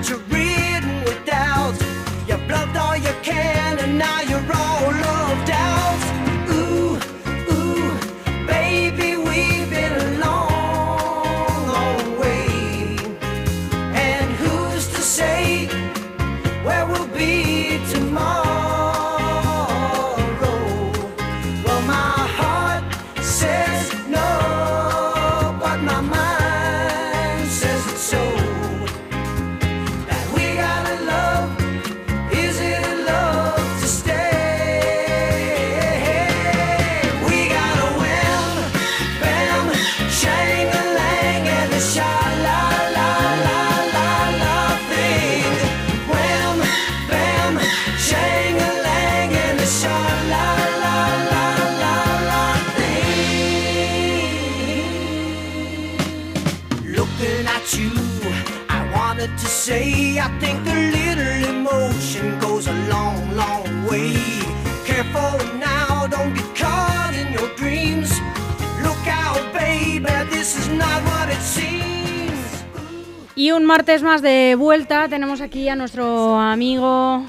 you're ridden with doubts. You bluffed all you can and now you're all loved out. Ooh, ooh, baby, we've been a long, long way. And who's to say where we'll be tomorrow? Well, my heart says no, but my mind says it's so. That we gotta love, is it love to stay? We got a wham, bam, shang-a-lang and a sha-la-la-la-la-la thing. Wham, bam, shang-a-lang and a sha-la-la-la-la-la thing. Looking at you, I wanted to say I think a little emotion goes a long, long way. Careful now, don't get caught in your dreams. Look out, baby, this is not what it seems. Y un martes más de vuelta tenemos aquí a nuestro amigo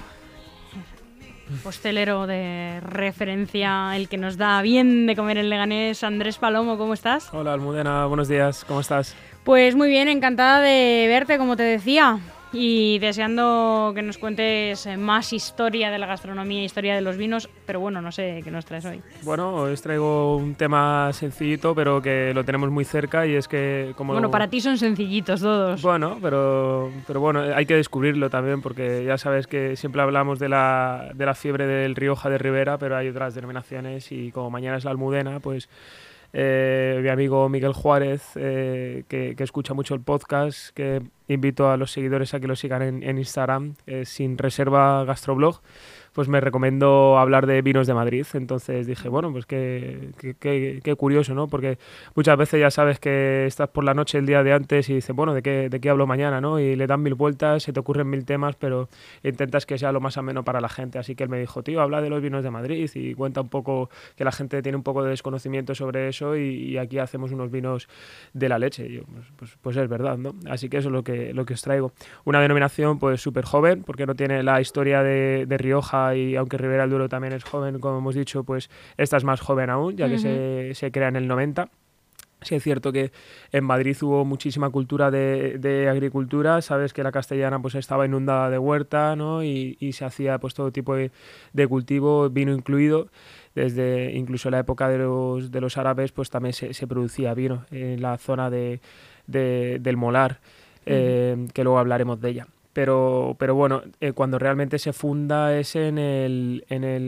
postelero de referencia, el que nos da bien de comer en Leganés, Andrés Palomo. ¿Cómo estás? Hola Almudena, buenos días, ¿cómo estás? Pues muy bien, encantada de verte, como te decía, y deseando que nos cuentes más historia de la gastronomía, historia de los vinos, pero bueno, no sé qué nos traes hoy. Bueno, hoy os traigo un tema sencillito, pero que lo tenemos muy cerca y es que como... Bueno, para ti son sencillitos todos. Bueno, pero bueno, hay que descubrirlo también porque ya sabes que siempre hablamos de la fiebre del Rioja de Ribera, pero hay otras denominaciones y como mañana es la Almudena, pues... mi amigo Miguel Juárez, que escucha mucho el podcast, que invito a los seguidores a que lo sigan en Instagram, Sin Reserva Gastroblog, pues me recomendó hablar de vinos de Madrid. Entonces dije, bueno, pues qué curioso, ¿no? Porque muchas veces ya sabes que estás por la noche el día de antes y dices, bueno, ¿de qué hablo mañana, no? Y le dan mil vueltas, se te ocurren mil temas, pero intentas que sea lo más ameno para la gente. Así que él me dijo, tío, habla de los vinos de Madrid y cuenta un poco, que la gente tiene un poco de desconocimiento sobre eso y aquí hacemos unos vinos de la leche. Y yo, pues es verdad, ¿no? Así que eso es lo que os traigo. Una denominación pues súper joven, porque no tiene la historia de Rioja, y aunque Ribera del Duero también es joven, como hemos dicho, pues esta es más joven aún, ya que se crea en el 90. Sí es cierto que en Madrid hubo muchísima cultura de agricultura, sabes que la castellana pues estaba inundada de huerta, ¿no? y se hacía pues todo tipo de cultivo, vino incluido. Desde incluso la época de los árabes pues también se producía vino en la zona del Molar, que luego hablaremos de ella. Pero bueno, cuando realmente se funda es en el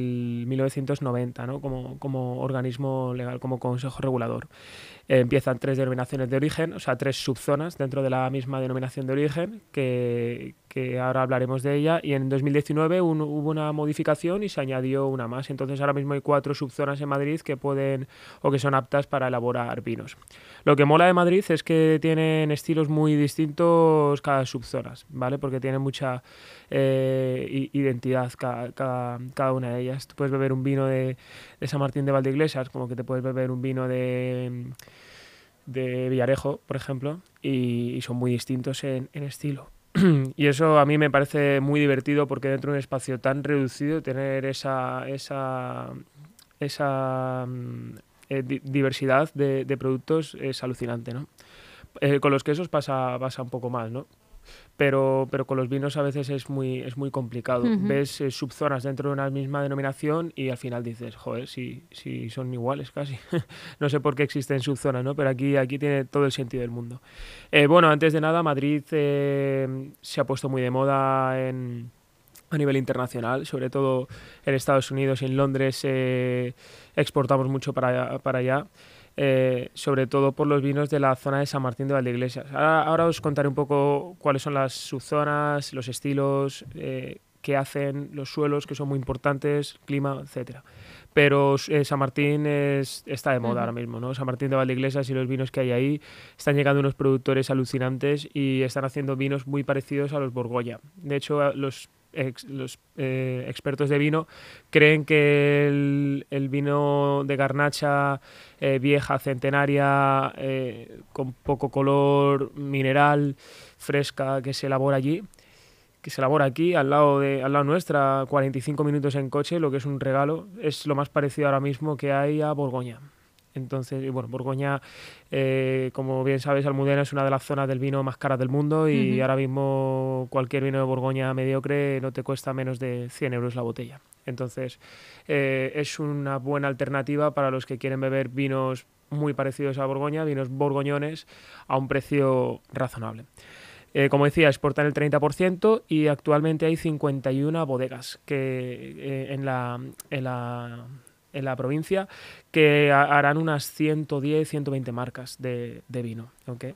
1990, ¿no? Como organismo legal, como consejo regulador. Empiezan 3 denominaciones de origen, o sea, 3 subzonas dentro de la misma denominación de origen, que ahora hablaremos de ella, y en 2019 hubo una modificación y se añadió una más. Entonces ahora mismo hay 4 subzonas en Madrid que pueden o que son aptas para elaborar vinos. Lo que mola de Madrid es que tienen estilos muy distintos cada subzonas, ¿vale? Porque tienen mucha identidad cada una de ellas. Tú puedes beber un vino de San Martín de Valdeiglesias, como que te puedes beber un vino de Villarejo, por ejemplo, y son muy distintos en estilo. Y eso a mí me parece muy divertido porque dentro de un espacio tan reducido tener esa diversidad de productos es alucinante, ¿no? Con los quesos pasa un poco más, ¿no? Pero con los vinos a veces es muy complicado. Ves subzonas dentro de una misma denominación y al final dices, joder, si son iguales casi. No sé por qué existen subzonas, ¿no? Pero aquí tiene todo el sentido del mundo. Bueno, antes de nada, Madrid se ha puesto muy de moda a nivel internacional, sobre todo en Estados Unidos y en Londres exportamos mucho para allá. Sobre todo por los vinos de la zona de San Martín de Valdeiglesias. Ahora os contaré un poco cuáles son las subzonas, los estilos que hacen, los suelos, que son muy importantes, clima, etcétera. Pero San Martín está de moda ahora mismo, ¿no? San Martín de Valdeiglesias y los vinos que hay ahí, están llegando unos productores alucinantes y están haciendo vinos muy parecidos a los Borgoña. De hecho, los expertos de vino creen que el vino de garnacha vieja, centenaria, con poco color, mineral, fresca, que se elabora allí, que se elabora aquí, al lado nuestra, 45 minutos en coche, lo que es un regalo. Es lo más parecido ahora mismo que hay a Borgoña. Entonces, y bueno, Borgoña, como bien sabes, Almudena es una de las zonas del vino más caras del mundo y ahora mismo cualquier vino de Borgoña mediocre no te cuesta menos de 100 euros la botella. Entonces, es una buena alternativa para los que quieren beber vinos muy parecidos a Borgoña, vinos borgoñones, a un precio razonable. Como decía, exportan el 30% y actualmente hay 51 bodegas que, en la provincia que harán unas 110, 120 marcas de vino. ¿Okay?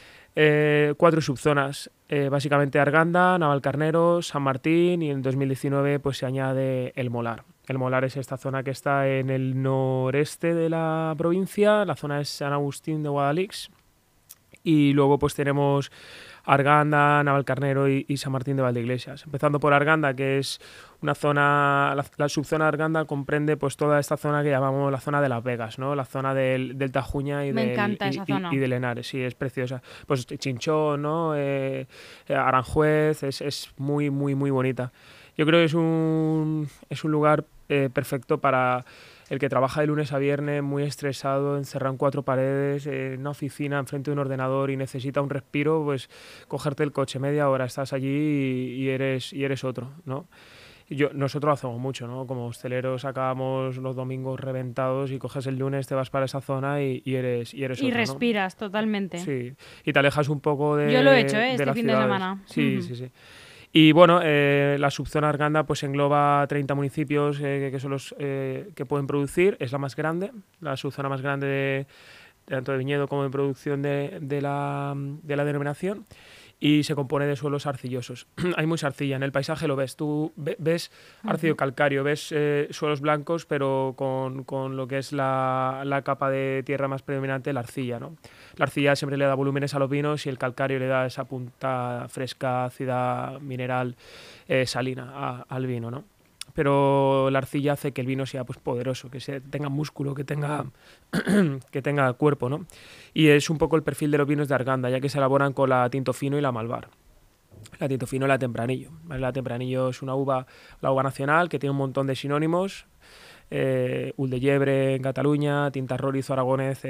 4 subzonas, básicamente Arganda, Navalcarnero, San Martín y en 2019 pues, se añade el Molar. El Molar es esta zona que está en el noreste de la provincia, la zona es San Agustín de Guadalix y luego pues tenemos Arganda, Navalcarnero y San Martín de Valdeiglesias. Empezando por Arganda, que es una zona, la subzona de Arganda comprende pues toda esta zona que llamamos la zona de Las Vegas, ¿no? La zona del Tajuña y del Henares, sí, es preciosa. Pues Chinchón, ¿no? Aranjuez, es muy, muy, muy bonita. Yo creo que es un lugar perfecto para el que trabaja de lunes a viernes muy estresado, encerrado en 4 paredes, en una oficina, enfrente de un ordenador y necesita un respiro, pues cogerte el coche, media hora, estás allí y eres otro, ¿no? Nosotros lo hacemos mucho, ¿no? Como hosteleros acabamos los domingos reventados y coges el lunes, te vas para esa zona y eres y otro, respiras, ¿no? totalmente. Sí, y te alejas un poco de... Yo lo he hecho, de este las fin de ciudades. semana. Sí, sí. Y bueno, la subzona Arganda pues engloba 30 municipios que son los que pueden producir, es la más grande, la subzona más grande tanto de viñedo como de producción de la denominación y se compone de suelos arcillosos. Hay mucha arcilla, en el paisaje lo ves, tú ves arcillo calcáreo, ves suelos blancos pero con lo que es la capa de tierra más predominante, la arcilla, ¿no? La arcilla siempre le da volúmenes a los vinos y el calcáreo le da esa punta fresca, ácida, mineral, salina al vino, ¿no? Pero la arcilla hace que el vino sea pues poderoso, que tenga músculo, que tenga cuerpo, ¿no? Y es un poco el perfil de los vinos de Arganda, ya que se elaboran con la Tinto Fino y la Malvar. La Tinto Fino y la Tempranillo, ¿vale? La Tempranillo es la uva nacional que tiene un montón de sinónimos, Uldellebre en Cataluña, Tinta Rorizo Aragonés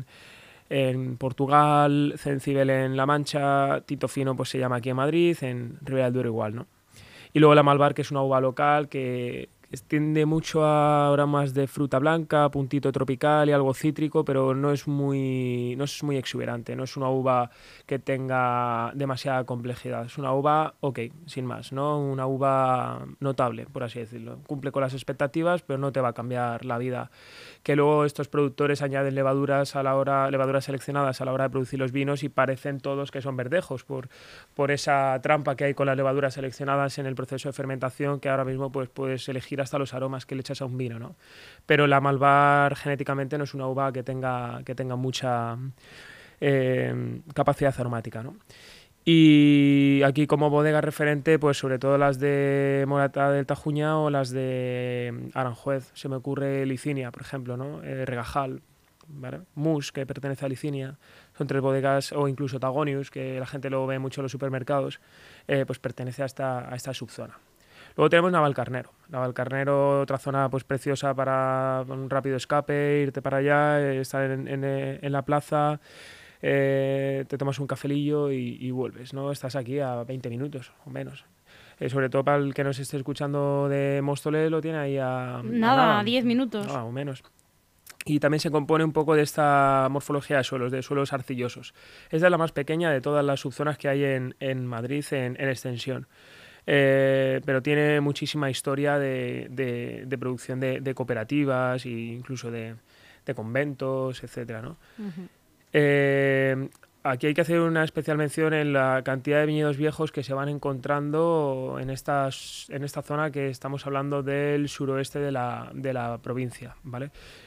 en Portugal, Cencibel en La Mancha, Tinto Fino pues se llama aquí en Madrid, en Ribera del Duero igual, ¿no? Y luego la Malvar, que es una uva local que tiende mucho a aromas de fruta blanca, puntito tropical y algo cítrico, pero no es muy exuberante, no es una uva que tenga demasiada complejidad. Es una uva, sin más, ¿no? Una uva notable, por así decirlo. Cumple con las expectativas, pero no te va a cambiar la vida. Que luego estos productores añaden levaduras seleccionadas a la hora de producir los vinos y parecen todos que son verdejos por esa trampa que hay con las levaduras seleccionadas en el proceso de fermentación, que ahora mismo pues puedes elegir hasta los aromas que le echas a un vino, ¿no? Pero la Malvar genéticamente no es una uva que tenga mucha capacidad aromática, ¿no? Y aquí como bodega referente, pues sobre todo las de Morata del Tajuña o las de Aranjuez. Se me ocurre Licinia, por ejemplo, ¿no? Regajal, ¿vale? Mus, que pertenece a Licinia. Son 3 bodegas, o incluso Tagonius, que la gente lo ve mucho en los supermercados, pues pertenece a esta subzona. Luego tenemos Navalcarnero. Navalcarnero, otra zona pues preciosa para un rápido escape, irte para allá, estar en la plaza, te tomas un cafelillo y vuelves, ¿no? Estás aquí a 20 minutos o menos. Sobre todo para el que nos esté escuchando de Móstoles, lo tiene ahí a 10 minutos. Nada, o menos. Y también se compone un poco de esta morfología de suelos arcillosos. Esta es la más pequeña de todas las subzonas que hay en Madrid en extensión. Pero tiene muchísima historia de producción de cooperativas e incluso de conventos, etcétera, ¿no? Aquí hay que hacer una especial mención en la cantidad de viñedos viejos que se van encontrando en esta zona que estamos hablando del suroeste de la provincia, ¿vale?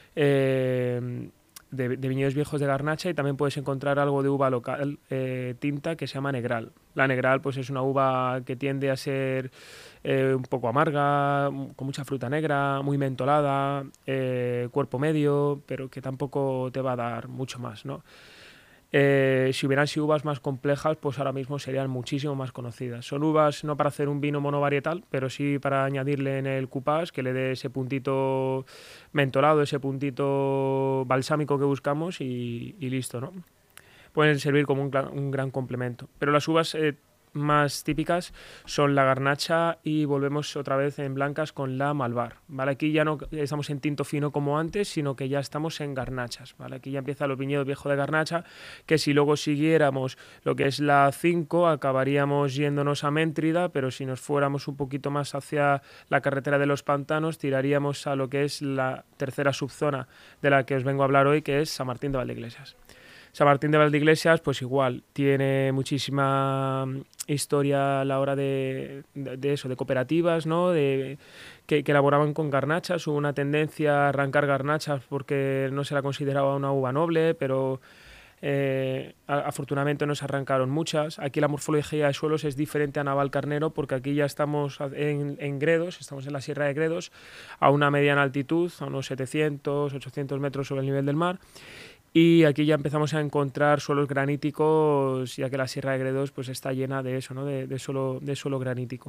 De viñedos viejos de Garnacha, y también puedes encontrar algo de uva local tinta que se llama Negral. La Negral pues es una uva que tiende a ser un poco amarga, con mucha fruta negra, muy mentolada, cuerpo medio, pero que tampoco te va a dar mucho más, ¿no? Si hubieran sido uvas más complejas, pues ahora mismo serían muchísimo más conocidas. Son uvas no para hacer un vino monovarietal, pero sí para añadirle en el cupás, que le dé ese puntito mentolado, ese puntito balsámico que buscamos y listo, ¿no? Pueden servir como un gran complemento. Pero las uvas más típicas son la garnacha y volvemos otra vez en blancas con la malvar, ¿vale? Aquí ya no estamos en tinto fino como antes, sino que ya estamos en garnachas, ¿vale? Aquí ya empiezan los viñedos viejos de garnacha, que si luego siguiéramos lo que es la 5 acabaríamos yéndonos a Méntrida, pero si nos fuéramos un poquito más hacia la carretera de los pantanos tiraríamos a lo que es la tercera subzona de la que os vengo a hablar hoy, que es San Martín de Valdeiglesias. San Martín de Valdeiglesias, pues igual, tiene muchísima historia a la hora de eso, de cooperativas, ¿no? Que elaboraban con garnachas. Hubo una tendencia a arrancar garnachas porque no se la consideraba una uva noble, pero afortunadamente no se arrancaron muchas. Aquí la morfología de suelos es diferente a Navalcarnero porque aquí ya estamos en Gredos, estamos en la Sierra de Gredos, a una mediana altitud, a unos 700, 800 metros sobre el nivel del mar. Y aquí ya empezamos a encontrar suelos graníticos, ya que la Sierra de Gredos pues, está llena de eso, ¿no? de suelo granítico.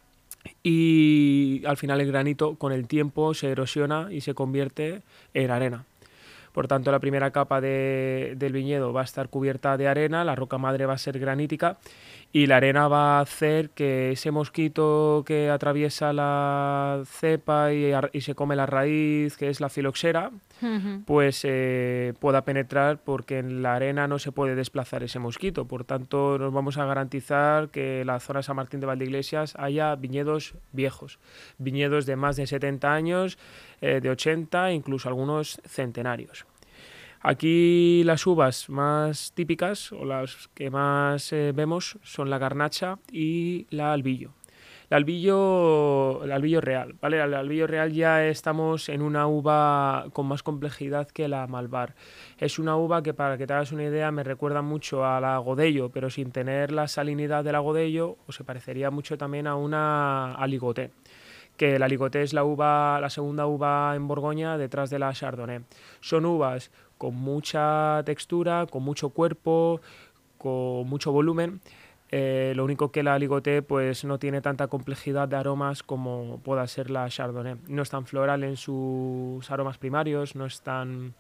Y al final el granito con el tiempo se erosiona y se convierte en arena. Por tanto, la primera capa del viñedo va a estar cubierta de arena, la roca madre va a ser granítica y la arena va a hacer que ese mosquito que atraviesa la cepa y se come la raíz, que es la filoxera, pues pueda penetrar porque en la arena no se puede desplazar ese mosquito. Por tanto, nos vamos a garantizar que en la zona de San Martín de Valdeiglesias haya viñedos viejos, viñedos de más de 70 años, de 80, incluso algunos centenarios. Aquí las uvas más típicas o las que más vemos son la garnacha y la albillo. El albillo real, ¿vale? El albillo real ya estamos en una uva con más complejidad que la malvar. Es una uva que, para que te hagas una idea, me recuerda mucho a la Godello, pero sin tener la salinidad de la Godello, o se parecería mucho también a una aligoté. Que la aligoté es la segunda uva en Borgoña detrás de la Chardonnay. Son uvas con mucha textura, con mucho cuerpo, con mucho volumen. Lo único que la aligoté pues no tiene tanta complejidad de aromas como pueda ser la Chardonnay. No es tan floral en sus aromas primarios, no es tan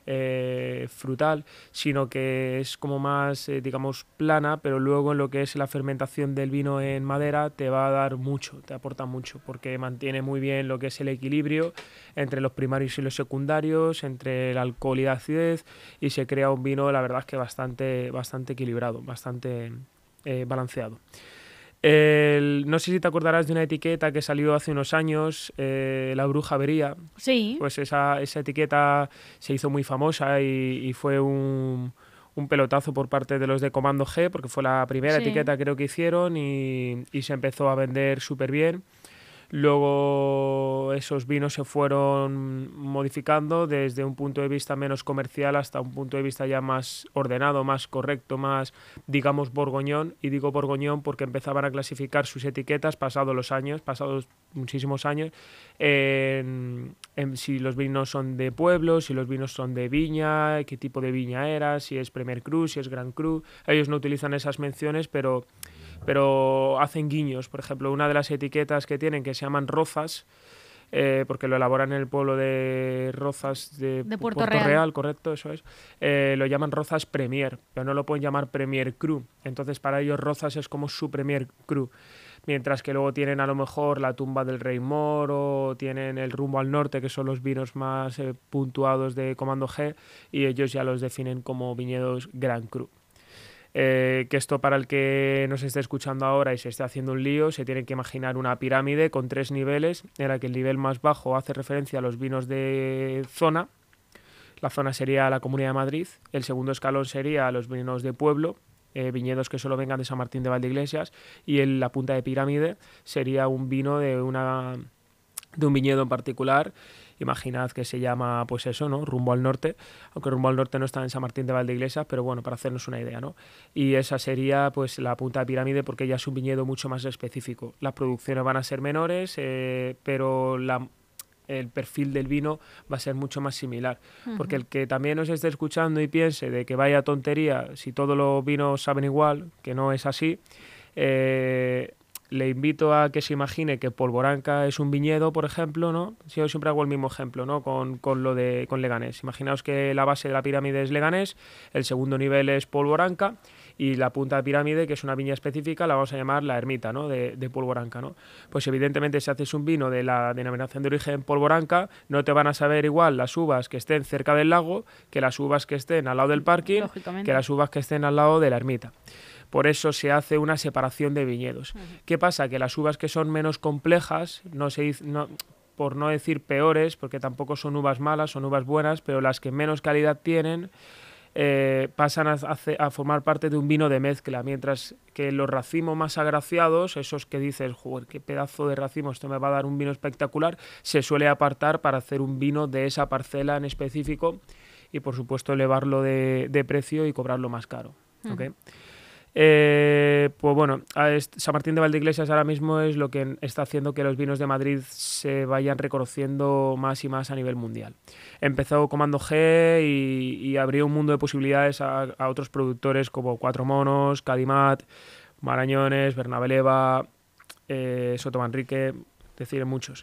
frutal, sino que es como más, digamos, plana, pero luego en lo que es la fermentación del vino en madera te va a dar mucho, te aporta mucho, porque mantiene muy bien lo que es el equilibrio entre los primarios y los secundarios, entre el alcohol y la acidez, y se crea un vino, la verdad es que bastante equilibrado, bastante balanceado. No sé si te acordarás de una etiqueta que salió hace unos años, la Bruja Vería. Sí. Pues esa etiqueta se hizo muy famosa y fue un pelotazo por parte de los de Comando G, porque fue la primera etiqueta creo que hicieron y se empezó a vender súper bien. Luego esos vinos se fueron modificando desde un punto de vista menos comercial hasta un punto de vista ya más ordenado, más correcto, más, digamos, borgoñón. Y digo borgoñón porque empezaban a clasificar sus etiquetas pasados muchísimos años, en si los vinos son de pueblo, si los vinos son de viña, qué tipo de viña era, si es Premier Cru, si es Grand Cru. Ellos no utilizan esas menciones, pero hacen guiños. Por ejemplo, una de las etiquetas que tienen, que se llaman Rozas, porque lo elaboran en el pueblo de Rozas de Puerto Real, correcto, eso es, lo llaman Rozas Premier, pero no lo pueden llamar Premier Cru. Entonces para ellos Rozas es como su Premier Cru, mientras que luego tienen a lo mejor la Tumba del Rey Moro, tienen el Rumbo al Norte, que son los vinos más puntuados de Comando G, y ellos ya los definen como viñedos Grand Cru. Que esto, para el que nos esté escuchando ahora y se esté haciendo un lío, se tiene que imaginar una pirámide con 3 niveles, en la que el nivel más bajo hace referencia a los vinos de zona. La zona sería la Comunidad de Madrid. El segundo escalón sería los vinos de pueblo, viñedos que solo vengan de San Martín de Valdeiglesias, y en la punta de pirámide sería un vino de un viñedo en particular. Imaginad que se llama, pues eso, ¿no? Rumbo al Norte, aunque Rumbo al Norte no está en San Martín de Valdeiglesias, pero bueno, para hacernos una idea, ¿no? Y esa sería pues la punta de pirámide, porque ya es un viñedo mucho más específico. Las producciones van a ser menores, pero el perfil del vino va a ser mucho más similar. Porque el que también nos esté escuchando y piense de que vaya tontería si todos los vinos saben igual, que no es así, le invito a que se imagine que Polvoranca es un viñedo, por ejemplo, ¿no? Yo siempre hago el mismo ejemplo, ¿no? Con Leganés. Imaginaos que la base de la pirámide es Leganés, el segundo nivel es Polvoranca y la punta de pirámide, que es una viña específica, la vamos a llamar la ermita, ¿no? de Polvoranca, ¿no? Pues evidentemente si haces un vino de la denominación de origen Polvoranca, no te van a saber igual las uvas que estén cerca del lago que las uvas que estén al lado del parking, que las uvas que estén al lado de la ermita. Por eso se hace una separación de viñedos. ¿Qué pasa? Que las uvas que son menos complejas, por no decir peores, porque tampoco son uvas malas, son uvas buenas, pero las que menos calidad tienen pasan a formar parte de un vino de mezcla, mientras que los racimos más agraciados, esos que dices, joder, qué pedazo de racimo, esto me va a dar un vino espectacular, se suele apartar para hacer un vino de esa parcela en específico y, por supuesto, elevarlo de precio y cobrarlo más caro. ¿Okay? Pues bueno, San Martín de Valdeiglesias ahora mismo es lo que está haciendo que los vinos de Madrid se vayan reconociendo más y más a nivel mundial. Empezó Comando G y abrió un mundo de posibilidades a otros productores como Cuatro Monos, Cadimat, Marañones, Bernabeleva, Soto Manrique, es decir, muchos.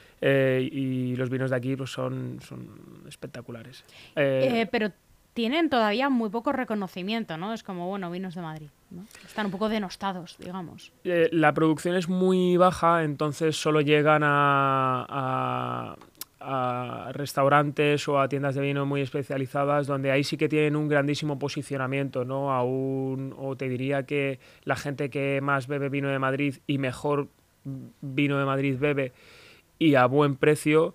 Y los vinos de aquí pues son espectaculares. Pero tienen todavía muy poco reconocimiento, ¿no? Es como, bueno, vinos de Madrid, ¿no? Están un poco denostados, digamos. La producción es muy baja, entonces solo llegan a restaurantes o a tiendas de vino muy especializadas, donde ahí sí que tienen un grandísimo posicionamiento, ¿no? O te diría que la gente que más bebe vino de Madrid y mejor vino de Madrid bebe y a buen precio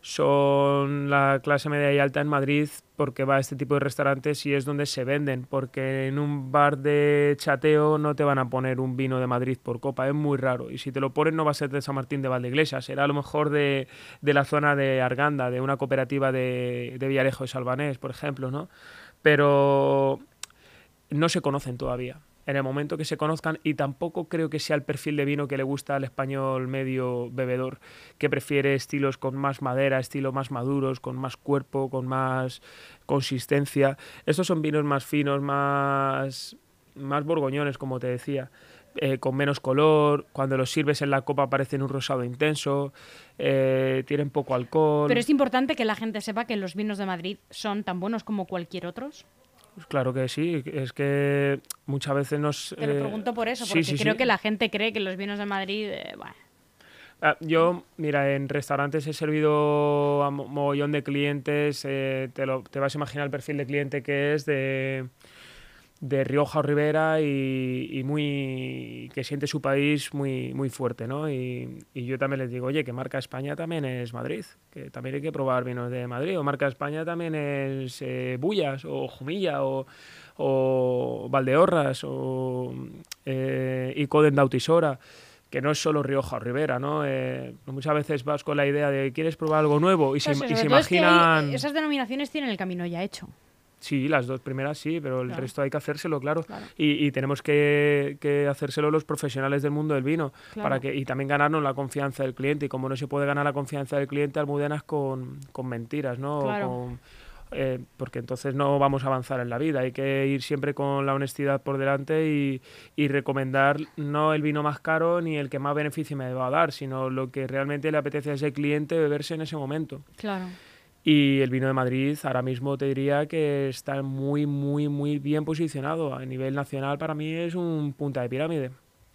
son la clase media y alta en Madrid, porque va a este tipo de restaurantes y es donde se venden, porque en un bar de chateo no te van a poner un vino de Madrid por copa, es muy raro, y si te lo ponen no va a ser de San Martín de Valdeiglesias, será a lo mejor de la zona de Arganda, de una cooperativa de Villarejo de Salvanés, por ejemplo, ¿no? Pero no se conocen todavía. En el momento que se conozcan, y tampoco creo que sea el perfil de vino que le gusta al español medio bebedor, que prefiere estilos con más madera, estilos más maduros, con más cuerpo, con más consistencia. Estos son vinos más finos, más borgoñones, como te decía, con menos color, cuando los sirves en la copa parecen un rosado intenso, tienen poco alcohol. Pero es importante que la gente sepa que los vinos de Madrid son tan buenos como cualquier otros. Pues claro que sí, es que muchas veces nos... Te lo pregunto por eso, porque creo que la gente cree que los vinos de Madrid... bueno. Yo, mira, en restaurantes he servido a mogollón de clientes, te vas a imaginar el perfil de cliente que es de Rioja o Ribera y que siente su país muy, muy fuerte, ¿no? Y yo también les digo, oye, que marca España también es Madrid, que también hay que probar vinos de Madrid, o marca España también es Bullas, o Jumilla, o Valdeorras, o Icoden d'Autisora, que no es solo Rioja o Ribera, ¿no? Muchas veces vas con la idea de ¿quieres probar algo nuevo? Y se imaginan... Es que esas denominaciones tienen el camino ya hecho. Sí, las dos primeras sí, pero el resto hay que hacérselo, claro. Y tenemos que hacérselo los profesionales del mundo del vino, y también ganarnos la confianza del cliente. Y como no se puede ganar la confianza del cliente, Almudenas con mentiras, ¿no? Claro. Porque entonces no vamos a avanzar en la vida. Hay que ir siempre con la honestidad por delante y recomendar no el vino más caro ni el que más beneficio me va a dar, sino lo que realmente le apetece a ese cliente beberse en ese momento. Claro. Y el vino de Madrid ahora mismo te diría que está muy, muy, muy bien posicionado. A nivel nacional para mí es un punta de pirámide.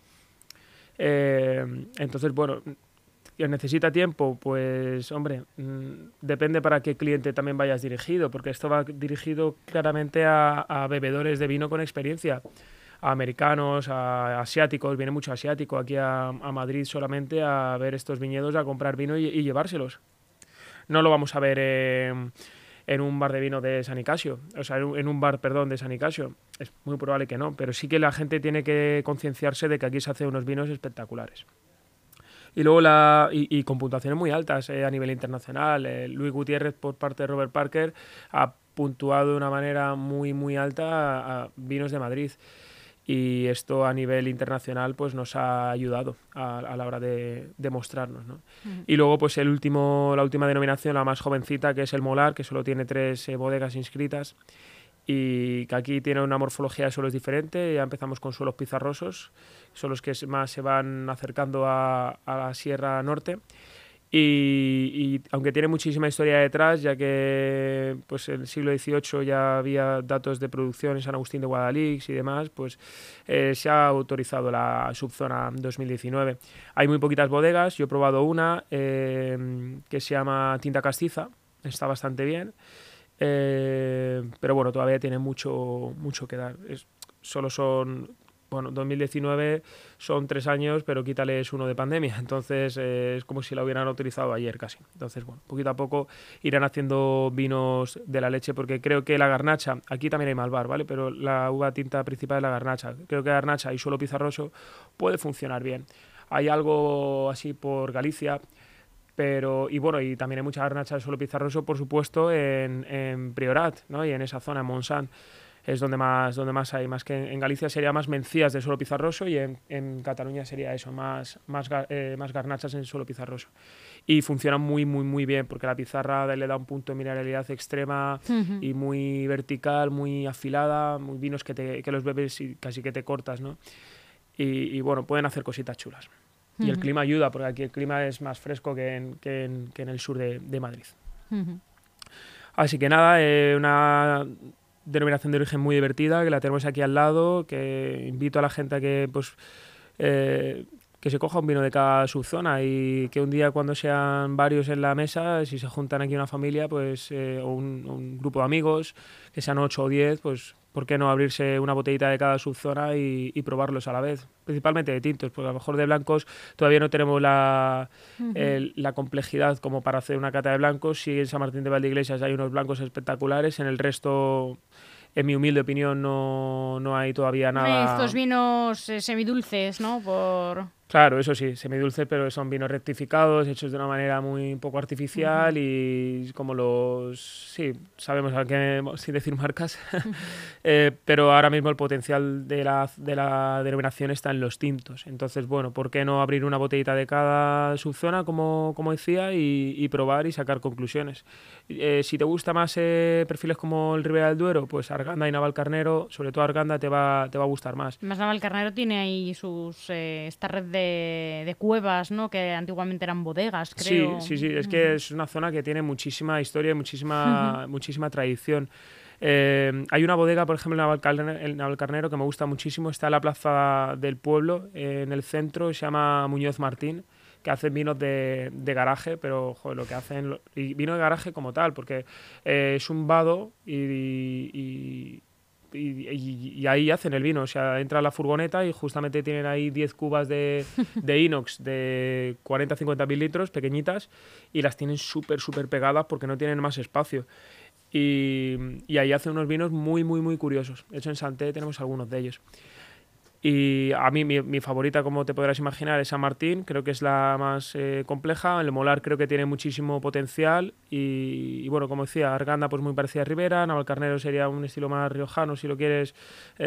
Entonces, bueno, ¿necesita tiempo? Pues, hombre, depende para qué cliente también vayas dirigido, porque esto va dirigido claramente a bebedores de vino con experiencia, a americanos, a asiáticos, viene mucho asiático aquí a Madrid solamente a ver estos viñedos, a comprar vino y llevárselos. No lo vamos a ver en un bar de vino de San Nicasio, o sea, en un bar, perdón, de San Nicasio. Es muy probable que no, pero sí que la gente tiene que concienciarse de que aquí se hacen unos vinos espectaculares. Y luego y con puntuaciones muy altas a nivel internacional. Luis Gutiérrez, por parte de Robert Parker, ha puntuado de una manera muy, muy alta a vinos de Madrid. y esto a nivel internacional pues nos ha ayudado a la hora de mostrarnos, ¿no? Y luego pues la última denominación, la más jovencita, que es el Molar, que solo tiene 3 bodegas inscritas y que aquí tiene una morfología de suelos diferente. Ya empezamos con suelos pizarrosos, son los que más se van acercando a la Sierra Norte. Y aunque tiene muchísima historia detrás, ya que pues en el siglo XVIII ya había datos de producción en San Agustín de Guadalix y demás, pues se ha autorizado la subzona 2019. Hay muy poquitas bodegas, yo he probado una que se llama Tinta Castiza, está bastante bien, pero bueno, todavía tiene mucho que dar. Solo son... Bueno, 2019 son 3 años, pero quítales uno de pandemia. Entonces es como si la hubieran autorizado ayer casi. Entonces, bueno, poquito a poco irán haciendo vinos de la leche, porque creo que la garnacha, aquí también hay malvar, ¿vale? Pero la uva tinta principal es la garnacha. Creo que garnacha y suelo pizarroso puede funcionar bien. Hay algo así por Galicia, pero y bueno, y también hay mucha garnacha de suelo pizarroso, por supuesto, en Priorat, ¿no? Y en esa zona, en Montsant. Es donde más hay, más que en Galicia sería más mencías de suelo pizarroso y en Cataluña sería eso, más garnachas en suelo pizarroso. Y funciona muy bien porque la pizarra le da un punto de mineralidad extrema y muy vertical, muy afilada, muy vinos que los bebes y casi que te cortas, ¿no? Y bueno, pueden hacer cositas chulas. Y el clima ayuda, porque aquí el clima es más fresco que en el sur de Madrid. Así que nada, una denominación de origen muy divertida, que la tenemos aquí al lado, que invito a la gente a que que se coja un vino de cada subzona y que un día, cuando sean varios en la mesa, si se juntan aquí una familia, pues o un grupo de amigos, que sean 8 o 10, pues ¿por qué no abrirse una botellita de cada subzona y probarlos a la vez? Principalmente de tintos, porque a lo mejor de blancos todavía no tenemos la complejidad como para hacer una cata de blancos. Sí, en San Martín de Valdeiglesias hay unos blancos espectaculares, en el resto, en mi humilde opinión, no hay todavía nada. Estos vinos semidulces, ¿no? Claro, eso sí, semidulces, pero son vinos rectificados, hechos de una manera muy un poco artificial y como sí, sabemos a qué, sin decir marcas, pero ahora mismo el potencial de la denominación está en los tintos. Entonces, bueno, ¿por qué no abrir una botellita de cada subzona, como decía, y probar y sacar conclusiones? Si te gusta más perfiles como el Ribera del Duero, pues Arganda y Navalcarnero, sobre todo Arganda, te va a gustar más. Más Navalcarnero tiene ahí esta red de cuevas, ¿no? Que antiguamente eran bodegas, creo. Sí, es que es una zona que tiene muchísima historia y muchísima tradición. Hay una bodega, por ejemplo, en Navalcarnero, que me gusta muchísimo, está en la plaza del pueblo, en el centro, se llama Muñoz Martín, que hacen vinos de garaje, pero joder, lo que hacen, y vino de garaje como tal, porque es un vado y ahí hacen el vino, o sea, entra la furgoneta y justamente tienen ahí 10 cubas de inox de 40-50 mil litros, pequeñitas, y las tienen súper pegadas porque no tienen más espacio. Y ahí hacen unos vinos muy curiosos. De hecho, en Santé tenemos algunos de ellos. Y a mí mi favorita, como te podrás imaginar, es San Martín. Creo que es la más compleja. El Molar creo que tiene muchísimo potencial. Y bueno, como decía, Arganda pues muy parecida a Ribera. Navalcarnero sería un estilo más riojano, si lo quieres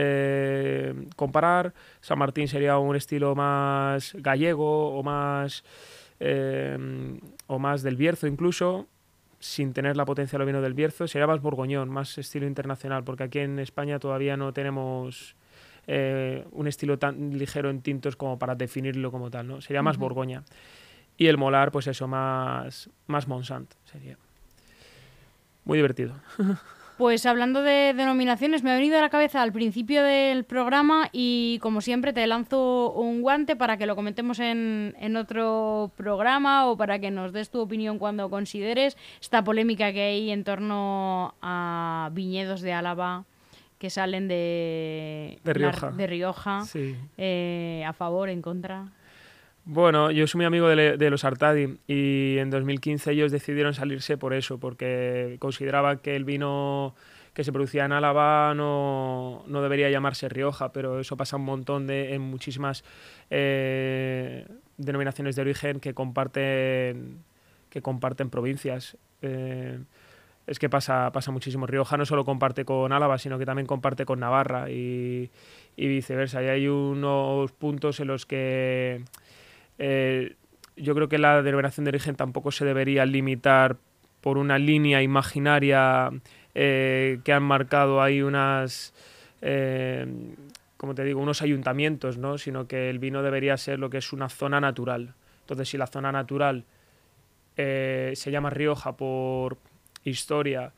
comparar. San Martín sería un estilo más gallego o más del Bierzo incluso, sin tener la potencia de los vinos del Bierzo. Sería más borgoñón, más estilo internacional, porque aquí en España todavía no tenemos un estilo tan ligero en tintos como para definirlo como tal, ¿no? Sería más Borgoña. Y el Molar, pues eso, más Montsant sería. Muy divertido. Pues hablando de denominaciones, me ha venido a la cabeza al principio del programa y, como siempre, te lanzo un guante para que lo comentemos en otro programa o para que nos des tu opinión cuando consideres esta polémica que hay en torno a viñedos de Álava que salen de Rioja, sí. A favor, en contra. Bueno, yo soy muy amigo de los Artadi y en 2015 ellos decidieron salirse por eso, porque consideraban que el vino que se producía en Álava no debería llamarse Rioja, pero eso pasa un montón en muchísimas denominaciones de origen que comparten provincias. es que pasa muchísimo. Rioja no solo comparte con Álava, sino que también comparte con Navarra y viceversa. Y hay unos puntos en los que yo creo que la denominación de origen tampoco se debería limitar por una línea imaginaria que han marcado ahí unas... como te digo, unos ayuntamientos, ¿no? Sino que el vino debería ser lo que es una zona natural. Entonces, si la zona natural se llama Rioja por historia,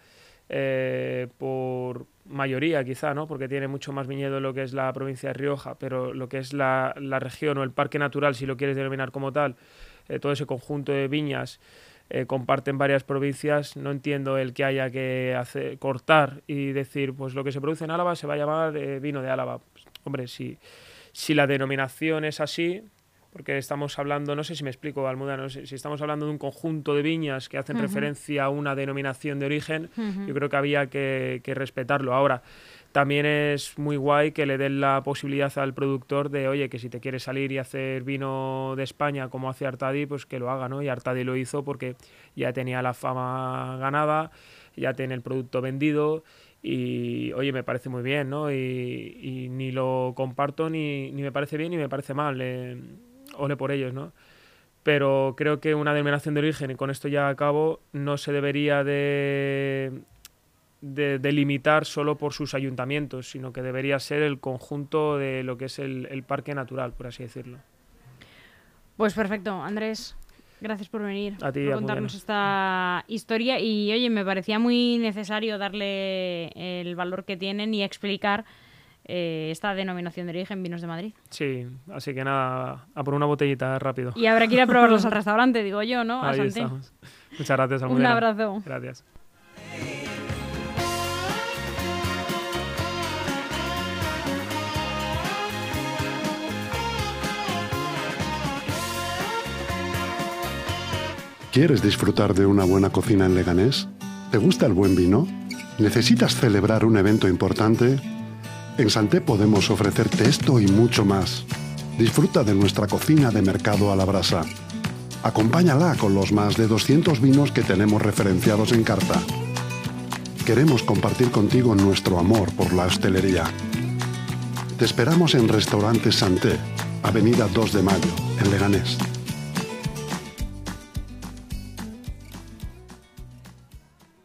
por mayoría quizá, ¿no? Porque tiene mucho más viñedo lo que es la provincia de Rioja, pero lo que es la región o el parque natural, si lo quieres denominar como tal, todo ese conjunto de viñas comparten varias provincias. No entiendo el que haya que cortar y decir, pues lo que se produce en Álava se va a llamar vino de Álava. Pues, hombre, si la denominación es así, porque estamos hablando, no sé si me explico, Almudena, no sé, si estamos hablando de un conjunto de viñas que hacen referencia a una denominación de origen, yo creo que había que respetarlo. Ahora, también es muy guay que le den la posibilidad al productor de, oye, que si te quieres salir y hacer vino de España como hace Artadi, pues que lo haga, ¿no? Y Artadi lo hizo porque ya tenía la fama ganada, ya tiene el producto vendido y, oye, me parece muy bien, ¿no? Y ni lo comparto, ni me parece bien ni me parece mal. Ole por ellos, ¿no? Pero creo que una denominación de origen, y con esto ya acabo, no se debería de limitar solo por sus ayuntamientos, sino que debería ser el conjunto de lo que es el parque natural, por así decirlo. Pues perfecto, Andrés. Gracias por venir, a ti, por contarnos esta historia. Y oye, me parecía muy necesario darle el valor que tienen y explicar esta denominación de origen, Vinos de Madrid. Sí, así que nada, a por una botellita rápido. Y habrá que ir a probarlos al restaurante, digo yo, ¿no? Ahí estamos. Muchas gracias, Almudena. Un abrazo. Gracias. ¿Quieres disfrutar de una buena cocina en Leganés? ¿Te gusta el buen vino? ¿Necesitas celebrar un evento importante? En Santé podemos ofrecerte esto y mucho más. Disfruta de nuestra cocina de mercado a la brasa. Acompáñala con los más de 200 vinos que tenemos referenciados en carta. Queremos compartir contigo nuestro amor por la hostelería. Te esperamos en Restaurante Santé, Avenida 2 de Mayo, en Leganés.